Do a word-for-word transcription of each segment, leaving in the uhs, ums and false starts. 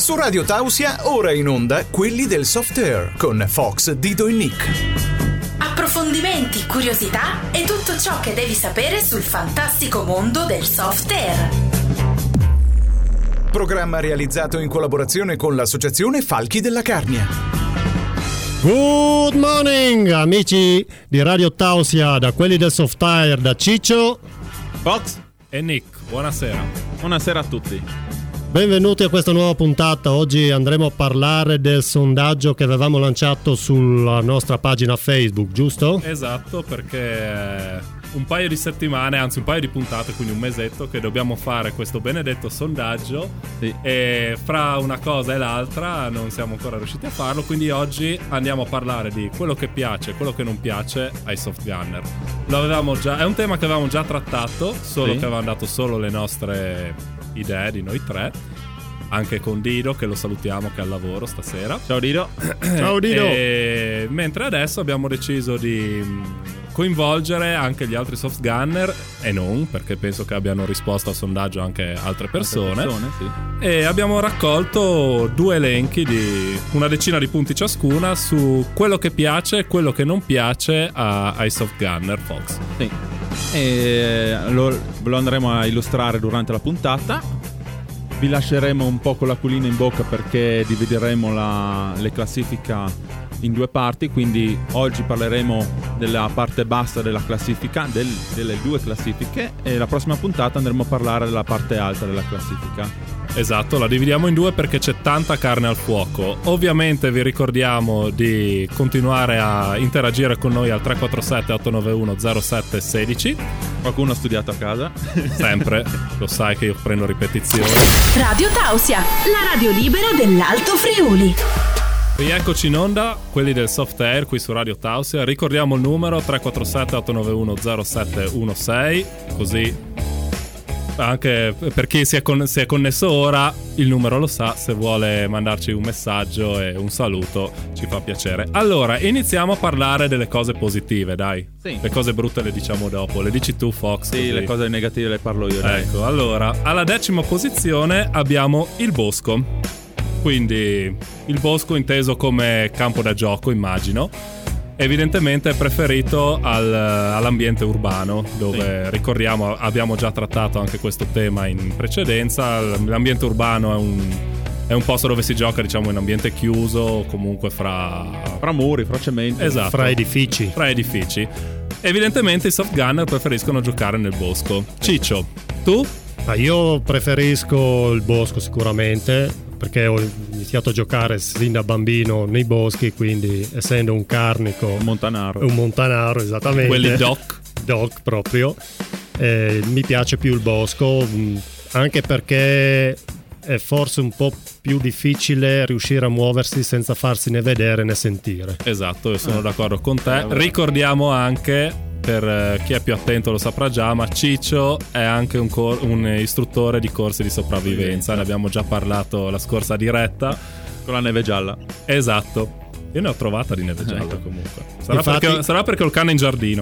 Su Radio Tausia, ora in onda Quelli del Soft Air con Fox, Dido e Nick. Approfondimenti, curiosità e tutto ciò che devi sapere sul fantastico mondo del soft air. Programma realizzato in collaborazione con l'associazione Falchi della Carnia. Good morning amici di Radio Tausia, da Quelli del Soft Air, da Ciccio, Fox e Nick. Buonasera. Buonasera a tutti. Benvenuti a questa nuova puntata. Oggi andremo a parlare del sondaggio che avevamo lanciato sulla nostra pagina Facebook, giusto? Esatto, perché un paio di settimane, anzi un paio di puntate, quindi un mesetto, che dobbiamo fare questo benedetto sondaggio, sì. E fra una cosa e l'altra non siamo ancora riusciti a farlo, quindi oggi andiamo a parlare di quello che piace e quello che non piace ai soft gunner. Lo avevamo già, è un tema che avevamo già trattato, solo sì. che avevamo dato solo le nostre idee di noi tre, anche con Dido, che lo salutiamo, che è al lavoro stasera. Ciao Dido. Ciao Dido. E mentre adesso abbiamo deciso di coinvolgere anche gli altri soft gunner, e non, perché penso che abbiano risposto al sondaggio anche altre persone, altre persone sì. E abbiamo raccolto due elenchi di una decina di punti ciascuna su quello che piace e quello che non piace a, ai soft gunner. Fox. Sì. E lo, lo andremo a illustrare durante la puntata. Vi lasceremo un po' con l'acquolina in bocca, perché divideremo la, le classifica in due parti. Quindi oggi parleremo della parte bassa della classifica, del, delle due classifiche, e la prossima puntata andremo a parlare della parte alta della classifica. Esatto, la dividiamo in due perché c'è tanta carne al fuoco. Ovviamente vi ricordiamo di continuare a interagire con noi al tre quattro sette otto nove uno zero sette uno sei. Qualcuno ha studiato a casa? Sempre, lo sai che io prendo ripetizioni. Radio Tausia, la radio libera dell'Alto Friuli. Rieccoci in onda, quelli del soft air qui su Radio Tausia. Ricordiamo il numero tre quattro sette otto nove uno zero sette uno sei, così anche per chi si è, con- si è connesso ora il numero lo sa. Se vuole mandarci un messaggio e un saluto ci fa piacere. Allora iniziamo a parlare delle cose positive, dai. Sì. Le cose brutte le diciamo dopo, le dici tu, Fox? Sì, così. Le cose negative le parlo io, dai. Ecco, allora alla decima posizione abbiamo il bosco. Quindi il bosco inteso come campo da gioco, immagino. Evidentemente è preferito al, all'ambiente urbano, dove sì. ricordiamo, abbiamo già trattato anche questo tema in precedenza. L'ambiente urbano è un, è un posto dove si gioca, diciamo, in ambiente chiuso, comunque fra fra muri, fra cemento, esatto, fra edifici. Fra edifici. Evidentemente i soft gunner preferiscono giocare nel bosco. Ciccio, tu? Ah, io preferisco il bosco sicuramente, perché ho iniziato a giocare sin da bambino nei boschi, quindi essendo un carnico, un montanaro, un montanaro esattamente, quelli doc doc proprio, eh, mi piace più il bosco, mh, anche perché è forse un po' più difficile riuscire a muoversi senza farsi né vedere né sentire. Esatto, io sono eh. d'accordo con te. Eh, Ricordiamo anche, per chi è più attento lo saprà già, ma Ciccio è anche un, cor- un istruttore di corsi di sopravvivenza. Ne abbiamo già parlato la scorsa diretta. Con la neve gialla. Esatto. Io ne ho trovata di neve gialla comunque. Sarà, Infatti... perché, sarà perché ho il cane in giardino.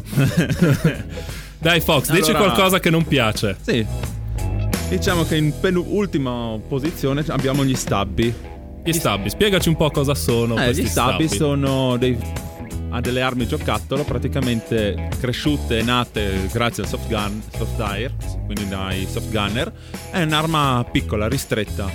Dai Fox, allora, dici qualcosa che non piace. Sì. Diciamo che in penultima posizione abbiamo gli stabbi. Gli stabbi, spiegaci un po' cosa sono. Eh, questi gli stabbi, stabbi sono dei... ha delle armi giocattolo praticamente cresciute e nate grazie al soft gun, soft air, quindi dai soft gunner. È un'arma piccola, ristretta,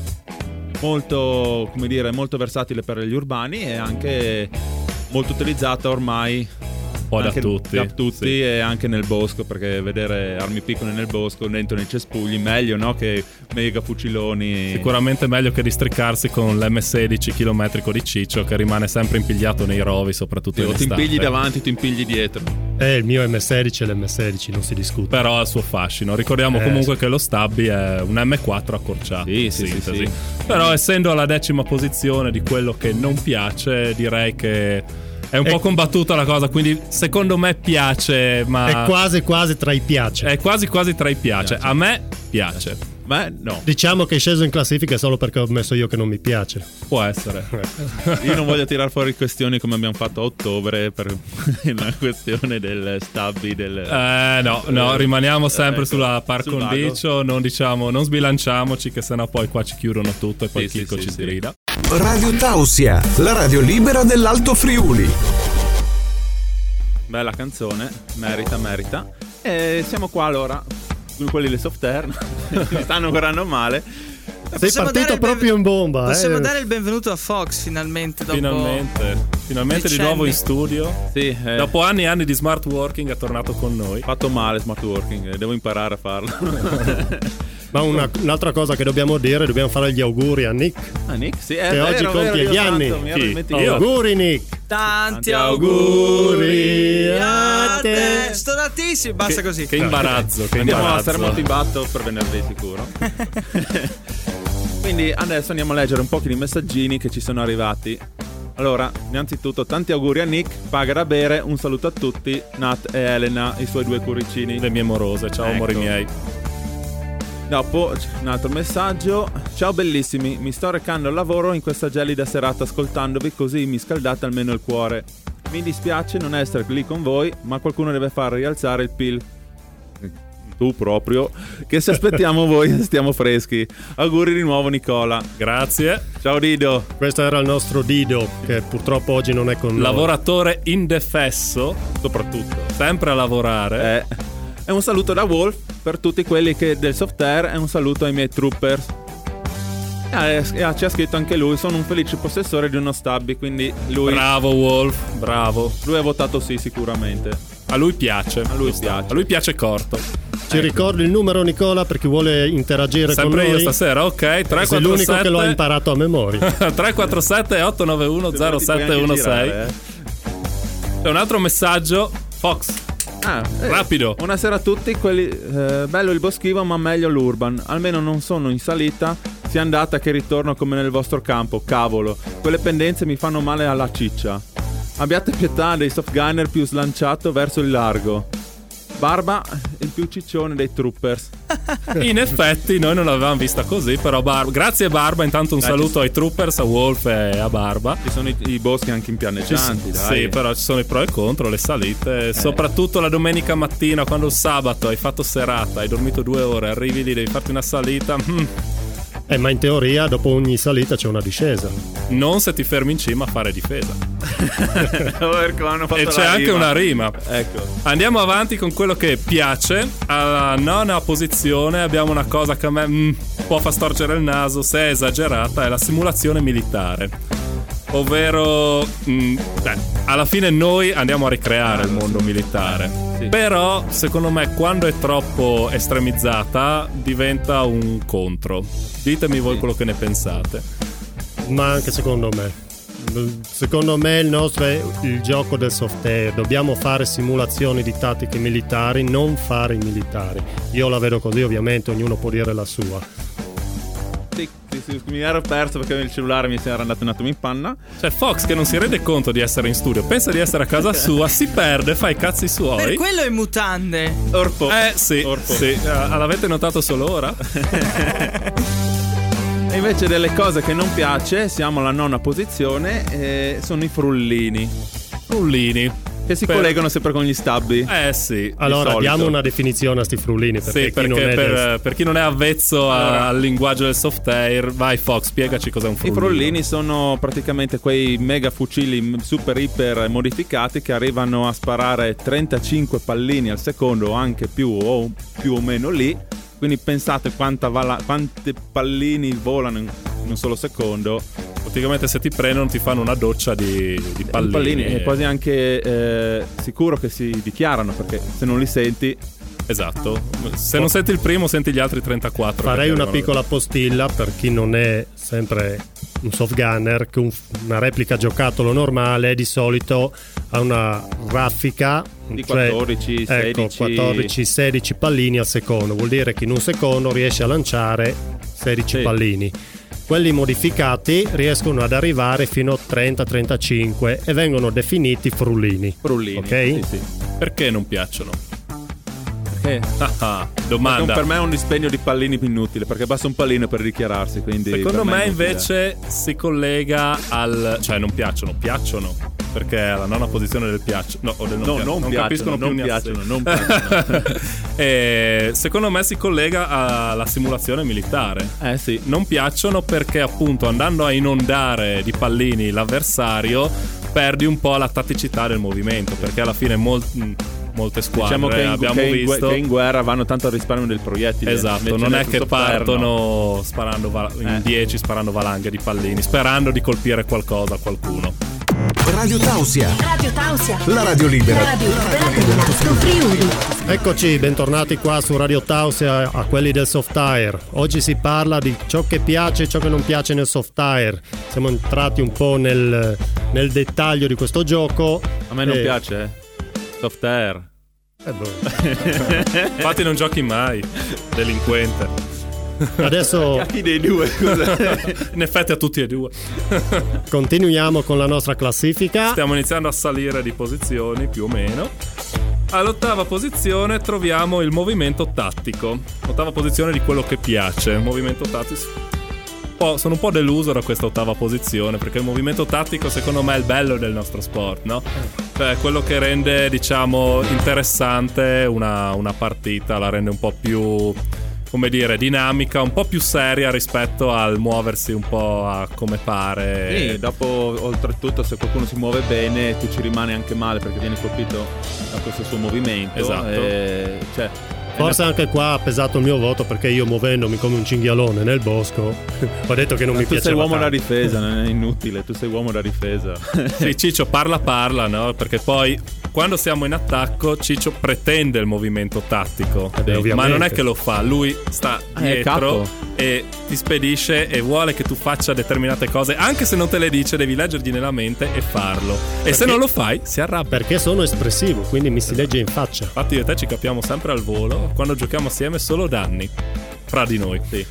molto, come dire, molto versatile per gli urbani e anche molto utilizzata ormai un po' da tutti, da tutti sì. E anche nel bosco, perché vedere armi piccole nel bosco, dentro nei cespugli, meglio, no, che mega fuciloni. Sicuramente meglio che districarsi con l'emme sedici chilometrico di Ciccio, che rimane sempre impigliato nei rovi, soprattutto in estate. estate. Ti impigli davanti, ti impigli dietro. Eh, il mio emme sedici è l'emme sedici, non si discute. Però ha il suo fascino. Ricordiamo eh, comunque sì. che lo Stabby è un emme quattro accorciato. Sì, sì, sì, sì. Però essendo alla decima posizione di quello che non piace, direi che è un è, po' combattuta la cosa, quindi secondo me piace, ma è quasi quasi tra i piace. È quasi quasi tra i piace. piace. A me piace. Beh, no. Diciamo che è sceso in classifica solo perché ho messo io che non mi piace. Può essere. Io non voglio tirare fuori questioni come abbiamo fatto a ottobre per la questione del stubby del Eh no, no, rimaniamo sempre ecco, sulla par sul condicio, non diciamo, non sbilanciamoci che sennò poi qua ci chiudono tutto e poi Sì, Chicco sì, ci sì, grida. Radio Tausia, la radio libera dell'Alto Friuli. Bella canzone, merita, merita. E siamo qua allora, quelli del soft air, mi stanno guardando male. Sei Possiamo partito dare il proprio in bomba. Possiamo eh. dare il benvenuto a Fox finalmente dopo Finalmente, finalmente di decenni. nuovo in studio. Sì, eh, Dopo anni e anni di smart working è tornato con noi. fatto male smart working, devo imparare a farlo. Ma una- un'altra cosa che dobbiamo dire, dobbiamo fare gli auguri a Nick, Ah, Nick, sì, è che vero, oggi vero, compie io gli tanto, anni. mi ero Chi? dimenticato. Io? Auguri Nick. tanti Tanti auguri a a te. te. Stonatissimi, basta così. Che imbarazzo, che Andiamo a imbarazzo. Sermonti Batto per venerdì sicuro. Quindi adesso andiamo a leggere un po' di messaggini che ci sono arrivati. Allora, innanzitutto tanti auguri a Nick, paga da bere, un saluto a tutti, Nat e Elena, i suoi due cuoricini. Le mie morose, ciao Ecco. amori miei. Dopo un altro messaggio. Ciao bellissimi, mi sto recando al lavoro in questa gelida serata ascoltandovi, così mi scaldate almeno il cuore. Mi dispiace non essere lì con voi, ma qualcuno deve far rialzare il P I L. Tu proprio, che se aspettiamo voi stiamo freschi. Auguri di nuovo Nicola. Grazie. Ciao Dido. Questo era il nostro Dido, che purtroppo oggi non è con noi. Lavoratore indefesso, soprattutto, sempre a lavorare. Eh, e un saluto da Wolf per tutti quelli che del soft air e un saluto ai miei troopers. E eh, ci ha scritto anche lui, sono un felice possessore di uno stabby, quindi lui, Bravo Wolf, bravo. lui ha votato sì sicuramente. A lui piace. A lui Lo sta- piace. A lui piace corto. Ci ricordi il numero, Nicola, per chi vuole interagire Sempre con io noi? stasera, ok. tre Sei quattro l'unico sette che lo ha imparato a memoria. tre quattro sette otto nove uno zero sette uno sei. Eh. C'è un altro messaggio. Fox, Ah, eh, rapido. buonasera a tutti, quelli, eh, bello il boschivo ma meglio l'urban, almeno non sono in salita, sia andata che ritorno come nel vostro campo, cavolo, quelle pendenze mi fanno male alla ciccia. Abbiate pietà dei soft gunner più slanciato verso il largo. Barba, il più ciccione dei troopers. In effetti noi non l'avevamo vista così, però Barba, grazie Barba, intanto un Dai, saluto ci- ai troopers, a Wolf e a Barba. Ci sono i, i boschi anche impianeggianti, dai. Sì, però ci sono i pro e i contro, le salite. Soprattutto la domenica mattina, quando il sabato hai fatto serata, hai dormito due ore, arrivi lì, devi farti una salita. mm, Eh, ma in teoria dopo ogni salita c'è una discesa. Non se ti fermi in cima a fare difesa. Perché hanno fatto E la c'è anche rima. una rima. Ecco. Andiamo avanti con quello che piace. Alla nona posizione abbiamo una cosa che a me mm, può far storcere il naso se è esagerata, è la simulazione militare. Ovvero, mm, beh, alla fine noi andiamo a ricreare il mondo militare. Sì. Però, secondo me, quando è troppo estremizzata, diventa un contro. Ditemi voi Sì. quello che ne pensate. Ma anche secondo me. Secondo me il nostro è il gioco del soft air. Dobbiamo fare simulazioni di tattiche militari, non fare i militari. Io la vedo così, ovviamente, ognuno può dire la sua. Sì, sì, sì, mi ero perso perché il cellulare mi si era andato un attimo in panna. Cioè, Fox, che non si rende conto di essere in studio, pensa di essere a casa sua, si perde, fa i cazzi Per suoi. quello in mutande. Orpo. Eh sì, Orpo. sì. Ah, l'avete notato solo ora? E invece delle cose che non piace, siamo alla nona posizione, e sono i frullini, Frullini. che si Per- collegano sempre con gli stabbi. Eh sì. Allora, solito. diamo una definizione a sti frullini, perché, Sì, chi perché non è per, del- per chi non è avvezzo a- Allora. al linguaggio del soft air, vai Fox, spiegaci cos'è un I frullino. frullini sono praticamente quei mega fucili super iper modificati che arrivano a sparare trentacinque pallini al secondo o anche più o più o meno lì. Quindi pensate quanta vala- quante pallini volano in in un solo secondo. Praticamente se ti prendono ti fanno una doccia di, di I pallini. pallini è quasi anche eh, sicuro che si dichiarano, perché se non li senti Esatto. Se non senti il primo, senti gli altri trentaquattro. Farei che una arrivano. piccola postilla per chi non è sempre un soft gunner, che un- una replica giocattolo normale di solito ha una raffica di cioè, quattordici, ecco, sedici quattordici sedici pallini al secondo. Vuol dire che in un secondo riesce a lanciare sedici Sì. pallini. Quelli modificati riescono ad arrivare fino a trenta trentacinque e vengono definiti frullini. frullini. Ok? Sì, sì. Perché non piacciono? Che? Ah, domanda. Per me è un dispendio di pallini inutile, perché basta un pallino per dichiararsi. Quindi secondo me, me invece si collega al, cioè non piacciono, piacciono perché è la nona posizione del piaccio, no, o del non, no, piacciono. non, non piacciono, capiscono non più piacciono, non piacciono. E secondo me si collega alla simulazione militare. Eh sì. Non piacciono perché appunto andando a inondare di pallini l'avversario perdi un po' la tatticità del movimento, perché alla fine molti molte squadre diciamo che in, abbiamo che in, visto che in guerra vanno tanto al risparmio del proiettile. esatto, non è che partono sparando val- in eh. dieci sparando valanghe di pallini sperando di colpire qualcosa, qualcuno. Radio Tausia, Radio Tausia, la radio libera, la radio libera dell'Alto Friuli. Eccoci, bentornati qua su Radio Tausia a quelli del soft tire. Oggi si parla di ciò che piace e ciò che non piace nel soft tire. Siamo entrati un po' nel, nel dettaglio di questo gioco. A me non e... piace, eh. Soft air. Eh boh. Infatti non giochi mai, delinquente. Adesso Chi dei due, scusa? In effetti a tutti e due. continuiamo con la nostra classifica. Stiamo iniziando a salire di posizioni più o meno. All'ottava posizione troviamo il movimento tattico. Ottava posizione di quello che piace. Il movimento tattico. Oh, sono un po' deluso da questa ottava posizione, perché il movimento tattico secondo me è il bello del nostro sport, no? Cioè quello che rende, diciamo, interessante una, una partita, la rende un po' più, come dire, dinamica, un po' più seria rispetto al muoversi un po' a come pare. Sì, dopo oltretutto se qualcuno si muove bene tu ci rimani anche male perché vieni colpito da questo suo movimento. Esatto. E, cioè, Forse anche qua ha pesato il mio voto, perché io muovendomi come un cinghialone nel bosco ho detto che non ma mi tu piaceva sei uomo tanto. da difesa, non è inutile, tu sei uomo da difesa. Sì, Ciccio parla parla, no? Perché poi quando siamo in attacco Ciccio pretende il movimento tattico, Eh beh, ovviamente. ma non è che lo fa, lui sta è dietro capo. e ti spedisce e vuole che tu faccia determinate cose, anche se non te le dice devi leggergli nella mente e farlo. E se non lo fai si arrabbia. Perché sono espressivo, quindi mi si legge in faccia. Infatti io e te ci capiamo sempre al volo, quando giochiamo assieme solo danni fra di noi. Sì.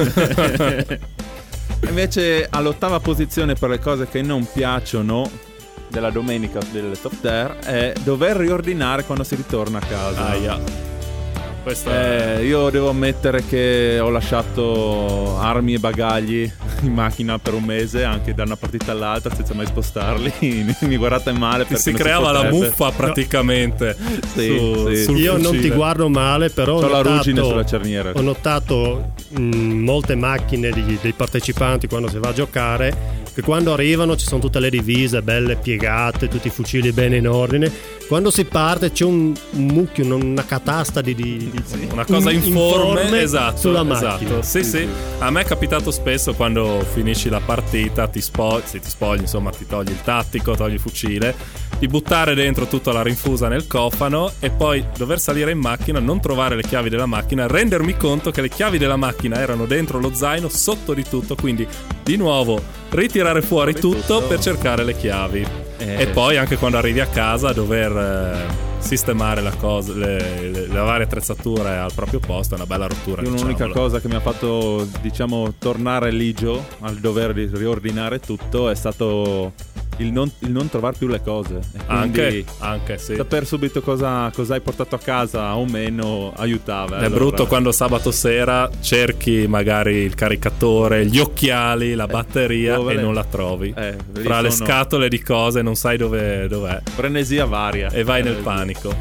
Invece all'ottava posizione per le cose che non piacciono della domenica del soft air è dover riordinare quando si ritorna a casa. Aia. Questo è... Eh, io devo ammettere che ho lasciato armi e bagagli in macchina per un mese, anche da una partita all'altra, senza mai spostarli. Mi guardate male perché si non creava si la potrebbe. muffa praticamente. Sì, su, sì. sul Io non ti fucile. guardo male, però C'ho ho la notato, ruggine sulla cerniera. ho notato mh, molte macchine di- dei partecipanti quando si va a giocare, che quando arrivano ci sono tutte le divise belle piegate, tutti i fucili bene in ordine. Quando si parte c'è un, un mucchio, una catasta di, di, di Una cosa un- informe, esatto, sulla esatto. macchina. Sì, sì, a me è capitato spesso quando finisci la partita, ti spogli, se ti spogli, insomma, ti togli il tattico, togli il fucile, di buttare dentro tutta la rinfusa nel cofano e poi dover salire in macchina, non trovare le chiavi della macchina, rendermi conto che le chiavi della macchina erano dentro lo zaino, sotto di tutto, quindi di nuovo ritirare fuori Fuori tutto, tutto. per cercare le chiavi. Eh. E poi anche quando arrivi a casa dover eh, sistemare la cosa, le, le, le varie attrezzature al proprio posto è una bella rottura. Io l'unica diciamolo. cosa che mi ha fatto, diciamo, tornare ligio al dover ri- riordinare tutto è stato il non, il non trovare più le cose. E Anche, quindi anche sì. sapere subito cosa, cosa hai portato a casa o meno aiutava. È allora. brutto quando sabato sera cerchi magari il caricatore, gli occhiali, la batteria dove e le- non la trovi. Eh, lì Fra le sono scatole di cose non sai dove, dov'è frenesia varia. e vai nel Frenesia. panico.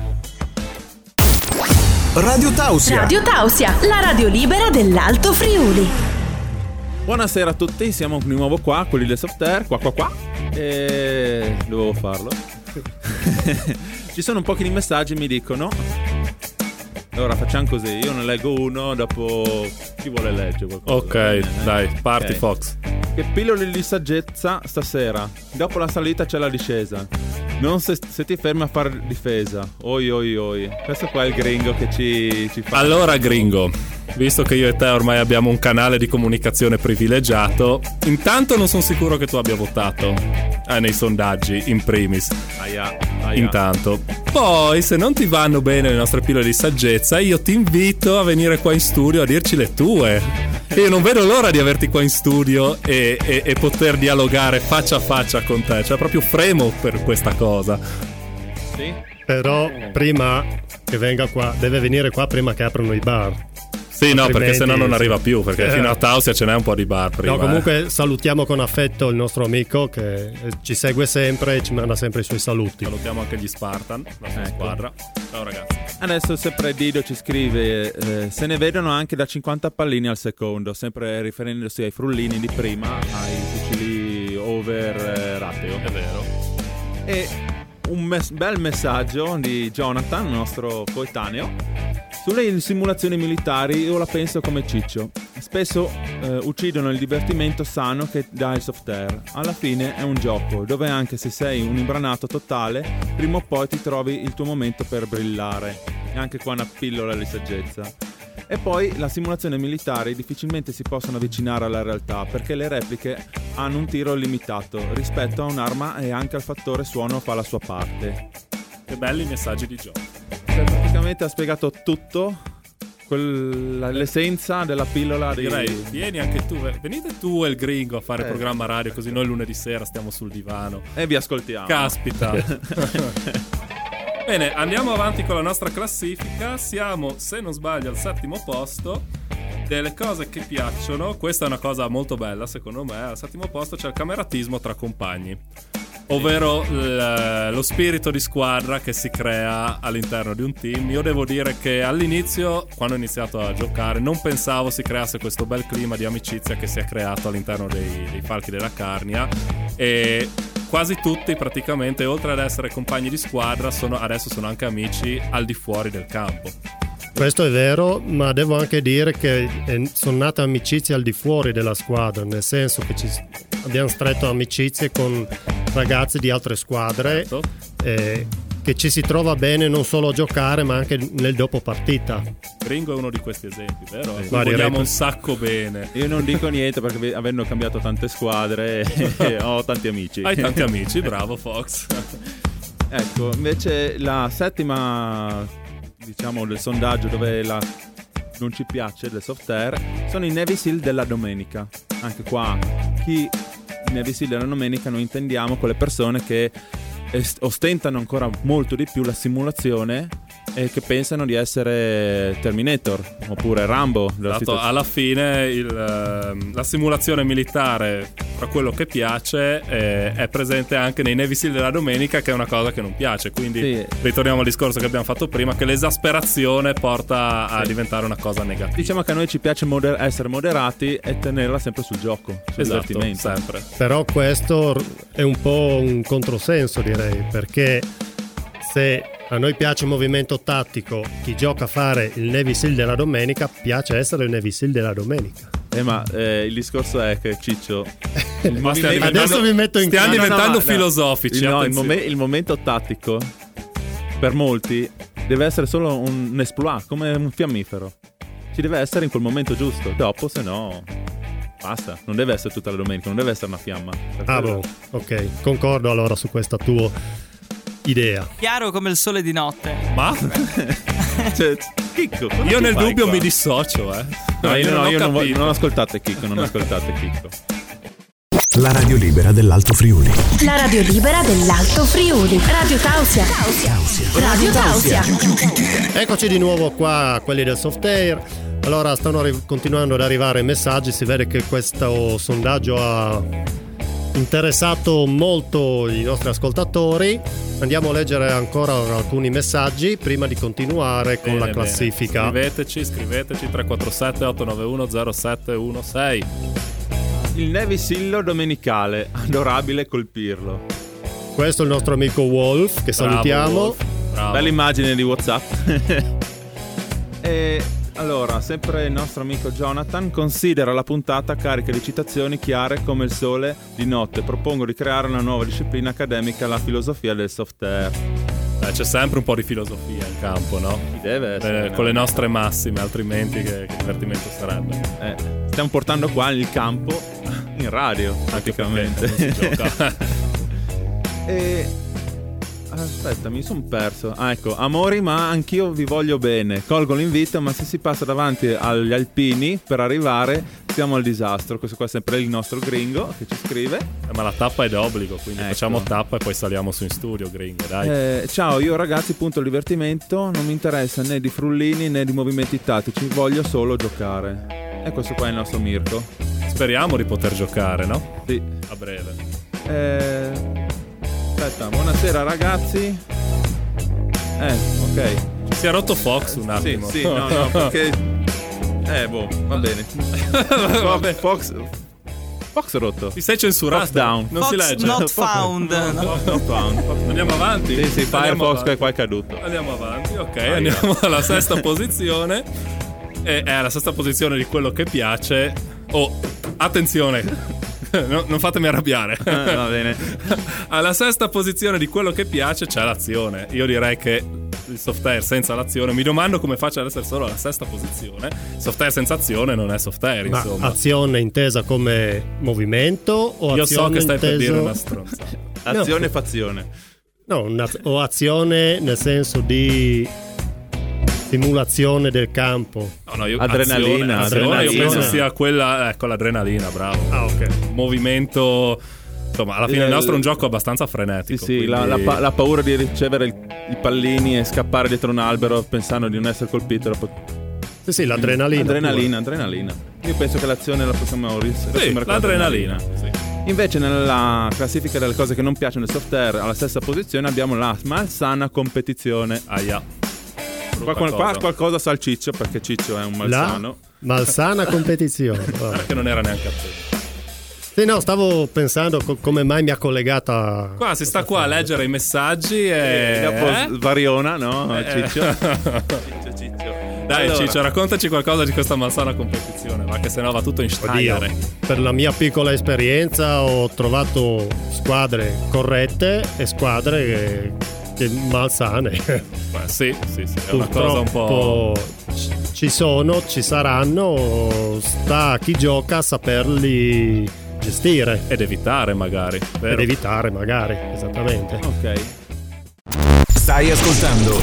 Radio Tausia. Radio Tausia, la radio libera dell'Alto Friuli. Buonasera a tutti, siamo di nuovo qua, quelli del soft air, qua qua qua. E dovevo farlo. Ci sono un pochi di messaggi, mi dicono. Allora facciamo così, io ne leggo uno, dopo chi vuole leggere qualcosa. Ok, va bene? dai, parti Ok. Fox. Che pillole di saggezza stasera. Dopo la salita c'è la discesa. Non se, se ti fermi a fare difesa. Oi oi oi. Questo qua è il gringo che ci, ci fa. Allora gringo, visto che io e te ormai abbiamo un canale di comunicazione privilegiato, intanto non sono sicuro che tu abbia votato eh, nei sondaggi in primis. Aia, aia. Intanto, poi se non ti vanno bene le nostre pillole di saggezza, io ti invito a venire qua in studio a dirci le tue. Io non vedo l'ora di averti qua in studio e, e, e poter dialogare faccia a faccia con te, cioè proprio fremo per questa cosa. Sì? Però prima che venga qua, deve venire qua prima che aprono i bar. Sì, no, perché sennò non arriva più, perché Eh. fino a Tausia ce n'è un po' di bar prima. No, comunque salutiamo con affetto il nostro amico che ci segue sempre e ci manda sempre i suoi saluti. eh. Salutiamo anche gli Spartan, la sua Ecco. squadra. Ciao ragazzi. Adesso sempre Dido ci scrive eh, se ne vedono anche da cinquanta pallini al secondo, sempre riferendosi ai frullini di prima, ai fucili over eh, rateo. È vero. E un mes- bel messaggio di Jonathan, nostro coetaneo. Sulle simulazioni militari io la penso come Ciccio. Spesso eh, uccidono il divertimento sano che dà il software. Alla fine è un gioco dove anche se sei un imbranato totale, prima o poi ti trovi il tuo momento per brillare. E anche qua una pillola di saggezza. E poi la simulazione militare difficilmente si possono avvicinare alla realtà perché le repliche hanno un tiro limitato rispetto a un'arma e anche al fattore suono fa la sua parte. Che belli messaggi di gioco. Cioè, praticamente ha spiegato tutto, quel- l'essenza della pillola di... Direi, vieni anche tu, eh. venite tu e il gringo a fare Eh. programma radio, così noi lunedì sera stiamo sul divano. E vi ascoltiamo. Caspita. Bene, andiamo avanti con la nostra classifica. Siamo, se non sbaglio, al settimo posto. Delle cose che piacciono, questa è una cosa molto bella secondo me. Al settimo posto c'è il cameratismo tra compagni, ovvero l- lo spirito di squadra che si crea all'interno di un team. Io devo dire che all'inizio, quando ho iniziato a giocare, non pensavo si creasse questo bel clima di amicizia che si è creato all'interno dei, dei Falchi della Carnia, e quasi tutti praticamente, oltre ad essere compagni di squadra, sono, adesso sono anche amici al di fuori del campo. Questo è vero, ma devo anche dire che eh, sono nate amicizie al di fuori della squadra, nel senso che ci, abbiamo stretto amicizie con ragazzi di altre squadre, Certo. eh, che ci si trova bene non solo a giocare ma anche nel dopo partita. Gringo è uno di questi esempi, vero? Sì. Sì. Ma direi Vogliamo che- un sacco bene. Io non dico niente perché ve- avendo cambiato tante squadre ho tanti amici. Hai tanti amici, bravo Fox. Ecco, invece la settima, diciamo, del sondaggio dove la non ci piace del software sono i Navy Seal della domenica. Anche qua, chi i Navy Seal della domenica noi intendiamo quelle persone che est- ostentano ancora molto di più la simulazione e che pensano di essere Terminator oppure Rambo della Esatto, situazione. alla fine il, ehm, la simulazione militare, tra quello che piace, eh, è presente anche nei Navy Seal della domenica, che è una cosa che non piace. Quindi Sì. ritorniamo al discorso che abbiamo fatto prima, che l'esasperazione porta a Sì. diventare una cosa negativa. Diciamo che a noi ci piace moder- essere moderati e tenerla sempre sul gioco, sul Esatto, divertimento. sempre. Però questo è un po' un controsenso, direi, perché se a noi piace il movimento tattico, chi gioca a fare il Navy Seal della domenica piace essere il Navy Seal della domenica. Eh, ma eh, il discorso è che Ciccio il Ma stiamo movimento- Adesso vi metto in stiamo crisi. No, no, diventando no, no. filosofici. il, no, il, attenzione. momen- il momento tattico per molti deve essere solo un, un exploit, come un fiammifero. Ci deve essere in quel momento giusto. Dopo, se no, basta. Non deve essere tutta la domenica, non deve essere una fiamma. Per Ah, quello- boh, ok, concordo allora su questa tua idea. Chiaro come il sole di notte. Ma Cioè, Chicco, cosa io ci nel fai dubbio qua? mi dissocio, eh. No, io, non no, ho io non, voglio- capito. non ascoltate Chicco, non ascoltate Chicco. La radio libera dell'Alto Friuli. La radio libera dell'Alto Friuli. Radio Tausia. Radio Tausia. Eccoci di nuovo qua, quelli del Softair. Allora, stanno arri- continuando ad arrivare messaggi. Si vede che questo sondaggio ha interessato molto i nostri ascoltatori. Andiamo a leggere ancora alcuni messaggi prima di continuare con Bene, la classifica. bene. Scriveteci, scriveteci tre quattro sette otto nove uno zero sette uno sei. Il Navy Seal domenicale, adorabile colpirlo. Questo è il nostro amico Wolf, che salutiamo. Wolf, bravo. Bella immagine di WhatsApp. E allora, sempre il nostro amico Jonathan considera la puntata carica di citazioni chiare come il sole di notte. Propongo di creare una nuova disciplina accademica, la filosofia del software. Eh, c'è sempre un po' di filosofia in campo, no? Ci deve essere. Eh, con le nostre massime, altrimenti che, che divertimento sarebbe? Eh, stiamo portando qua il campo in radio, Anche praticamente. perché non si gioca. E aspetta, mi sono perso. Ah, ecco, amori, ma anch'io vi voglio bene. Colgo l'invito, ma se si passa davanti agli alpini per arrivare, Siamo al disastro. Questo qua è sempre il nostro gringo che ci scrive. Eh, ma la tappa è d'obbligo, quindi Ecco. facciamo tappa e poi saliamo su in studio, gringo, dai. Eh, ciao, io ragazzi punto al divertimento. Non mi interessa né di frullini né di movimenti tattici. Voglio solo giocare. E questo qua è il nostro Mirko. Speriamo di poter giocare, no? Sì. A breve. Eh, aspetta, buonasera ragazzi. Eh, ok. Si è rotto Fox un attimo. Sì, sì, no, no, perché... Eh, boh, va bene. Fox, Fox... Fox rotto. Ti sei censurato? Fox down. Non Fox si legge. not found. no? Fox not found. Fox- Andiamo avanti? Sì, sì, Andiamo Firefox avanti. è qua è caduto. Andiamo avanti, ok, Ah, andiamo alla sesta posizione. E è alla sesta posizione di quello che piace. Oh, attenzione, no, non fatemi arrabbiare. Eh, va bene. Alla sesta posizione di quello che piace c'è l'azione. Io direi che il software senza l'azione, mi domando come faccia ad essere solo alla sesta posizione. Software senza azione non è software, Ma insomma. azione intesa come movimento o Io so azione che stai per dire inteso- una stronzata. Azione e fazione. No, una- o azione nel senso di simulazione del campo. No, no, io, Adrenalina, azione, azione, io adrenalina. penso sia quella, ecco, l'adrenalina, bravo. Ah, ok. Movimento, insomma, alla fine Il- il nostro è un gioco abbastanza Sì, frenetico. sì, la, la quindi- pa- la paura di ricevere il- i pallini e scappare dietro un albero pensando di non essere colpito. la po- Sì, sì, l'adrenalina. Adrenalina, adrenalina. Io penso che l'azione la possiamo ris- Sì, riassumere con l'adrenalina. Sì. Invece nella classifica delle cose che non piacciono del software, alla stessa posizione abbiamo la malsana competizione. Aia. Qua, qua, qua qualcosa sa il Ciccio, perché Ciccio è un La malsano. malsana competizione. Vabbè. Perché non era neanche attento. Sì, no, stavo pensando co- come mai mi ha collegata. Qua si sta qua a leggere i messaggi e... E dopo eh? svariona, no? Eh. Ciccio. Ciccio, Ciccio. Dai Allora, Ciccio, raccontaci qualcosa di questa malsana competizione, ma che sennò va tutto in Oddio, stagliare. per la mia piccola esperienza ho trovato squadre corrette e squadre che, che malsane. Beh, sì, sì, sì, è una cosa un po'... Purtroppo ci- ci sono, ci saranno, sta a chi gioca a saperli gestire Ed evitare magari, vero? ed evitare magari, esattamente. Ok. Stai ascoltando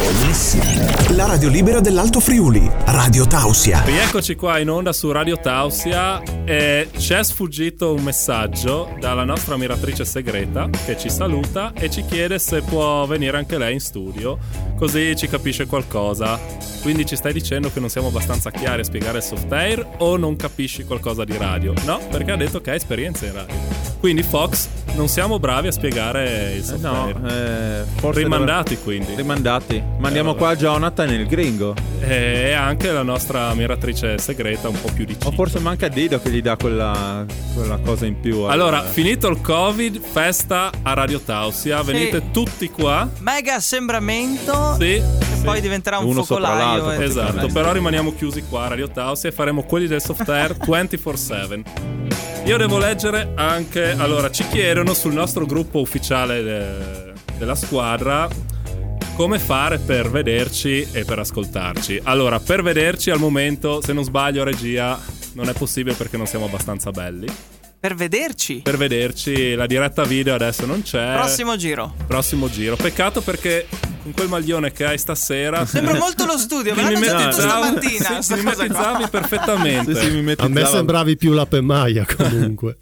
la radio libera dell'Alto Friuli, Radio Tausia. Rieccoci qua in onda su Radio Tausia e ci è sfuggito un messaggio dalla nostra ammiratrice segreta che ci saluta e ci chiede se può venire anche lei in studio, così ci capisce qualcosa. Quindi ci stai dicendo che non siamo abbastanza chiari a spiegare il software o non capisci qualcosa di radio? No, perché ha detto che ha esperienza in radio. Quindi Fox, non siamo bravi a spiegare il Eh, software. no, eh, forse Rimandati quindi. dov- Rimandati. Mandiamo Eh, qua Jonathan il gringo. E anche la nostra ammiratrice segreta un po' più di O Ciccio. forse manca Dido che gli dà quella, quella cosa in più. al- Allora, finito il Covid, festa a Radio Tausia. Venite tutti qua. Mega assembramento. Sì, E sì. poi diventerà un Uno sopra focolaio. l'altro, e- Esatto, però rimaniamo chiusi qua a Radio Tausia e faremo quelli del software ventiquattro sette. Io devo leggere anche... Allora, ci chiedono sul nostro gruppo ufficiale de- della squadra come fare per vederci e per ascoltarci. Allora, per vederci al momento, se non sbaglio regia, non è possibile perché non siamo abbastanza belli. Per vederci. Per vederci, la diretta video adesso non c'è. Prossimo giro. Prossimo giro. Peccato perché con quel maglione che hai stasera Sembra molto lo studio, me mi l'hanno già detto mimetizzavi- stamattina. sì, sta mi cosa qua. mimetizzavi perfettamente. Sì, sì, mi A me metizzava- sembravi più la Pemaia comunque.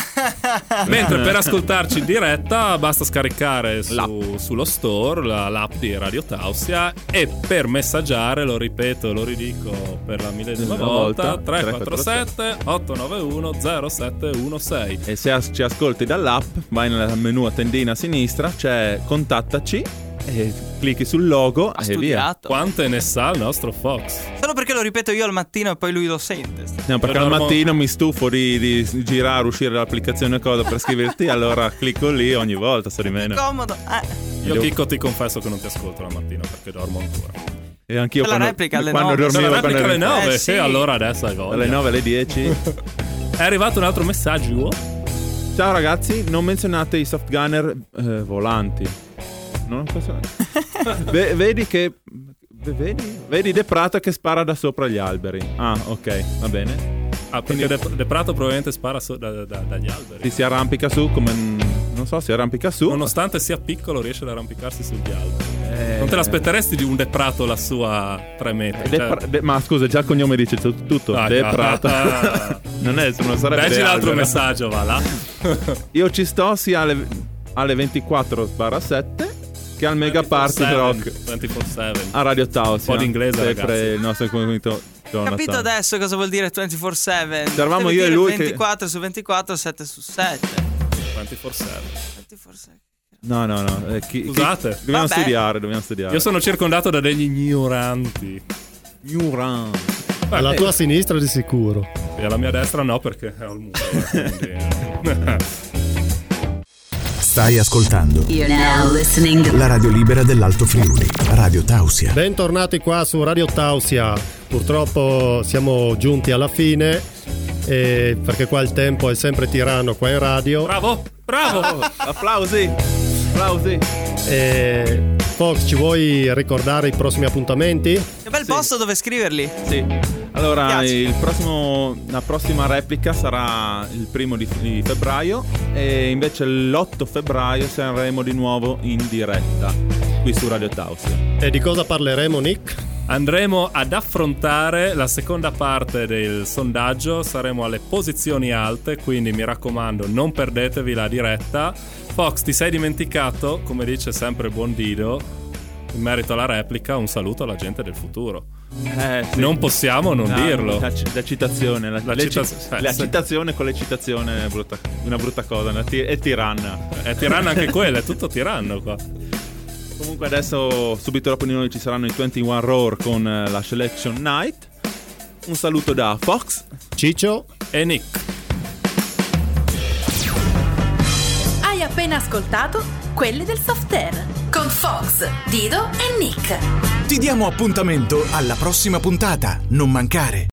Mentre per ascoltarci in diretta basta scaricare su- L'app. sullo store la- l'app di Radio Tausia e per messaggiare, lo ripeto, lo ridico per la millesima Una volta, volta, tre quattro sette otto nove uno zero sette uno sei. E se as- ci ascolti dall'app, vai nel menu a tendina a sinistra, c'è contattaci e clicchi sul logo Ha e via. studiato. Quante ne sa il nostro Fox? Solo perché lo ripeto io al mattino e poi lui lo sente. No, perché Io al dormo- mattino mi stufo di, di girare, uscire dall'applicazione cosa per scriverti, allora clicco lì ogni volta, se rimane. Comodo. Eh. Io Chicco ti confesso che non ti ascolto la mattina perché dormo ancora. E anch'io Quella quando, replica alle quando nove. Se dormivo la replica alle quando ero- nove, Eh, sì, sì. allora adesso hai voglia. alle nove alle dieci. È arrivato un altro messaggio. Ciao ragazzi, non menzionate i soft gunner eh, volanti. Non posso... Ve- vedi che vedi? Vedi De Prato che spara da sopra gli alberi. Ah, ok, va bene. Ah, perché De, De Prato probabilmente spara so- da- da- dagli alberi. Ti si arrampica su come un non so, si arrampica su. Nonostante sia piccolo, riesce ad arrampicarsi sugli alberi. Eh, Non te l'aspetteresti di un Deprato lassù a tre metri? De- cioè- de- ma scusa, già il cognome dice tut- tutto. Ah, De ah, Prato. ah. non è, non sarebbe Leggi De l'altro Albero. messaggio, va là. Io ci sto sia alle, alle ventiquattro sette che al Mega Party Rock ventiquattro sette. a Radio Taos. Un po' di inglese, sempre ragazzi. il nostro incognito Jonathan. Capito adesso cosa vuol dire ventiquattro sette? Eravamo Devi io e dire lui che- ventiquattro su ventiquattro, sette su sette. ventiquattro sette. ventiquattro sette. No, no, no. eh, chi- chi- Scusate. dobbiamo Vabbè. studiare, dobbiamo studiare. Io sono circondato da degli ignoranti. Newran. Alla tua sinistra di sicuro. E alla mia destra no, perché ho il muro. quindi- Stai ascoltando You're now listening to la radio libera dell'Alto Friuli, Radio Tausia. Bentornati qua su Radio Tausia. Purtroppo siamo giunti alla fine, eh, perché qua il tempo è sempre tiranno qua in radio. Bravo, bravo. Applausi. Applausi. Eh, Fox, ci vuoi ricordare i prossimi appuntamenti? Che bel posto dove scriverli. Sì. Allora, Piace. il prossimo, la prossima replica sarà il primo di, di febbraio e invece l'otto febbraio saremo di nuovo in diretta qui su Radio Tausia. E di cosa parleremo, Nick? Andremo ad affrontare la seconda parte del sondaggio. Saremo alle posizioni alte, quindi mi raccomando, non perdetevi la diretta. Fox, ti sei dimenticato, come dice sempre il buon Dido, in merito alla replica, un saluto alla gente del futuro. Eh, sì. Non possiamo non La- dirlo. La, la citazione, la, La le cita- ci- eh, la se- citazione con le citazioni è brutta- una brutta cosa, una ti- è tiranna. È tiranno anche quello, è tutto tiranno qua. Comunque adesso, subito dopo di noi ci saranno i ventuno Roar con eh, la Selection Night. Un saluto da Fox. Ciccio? E Nick. Hai appena ascoltato Quelli del Soft Air con Fox, Dido e Nick. Ti diamo appuntamento alla prossima puntata, non mancare.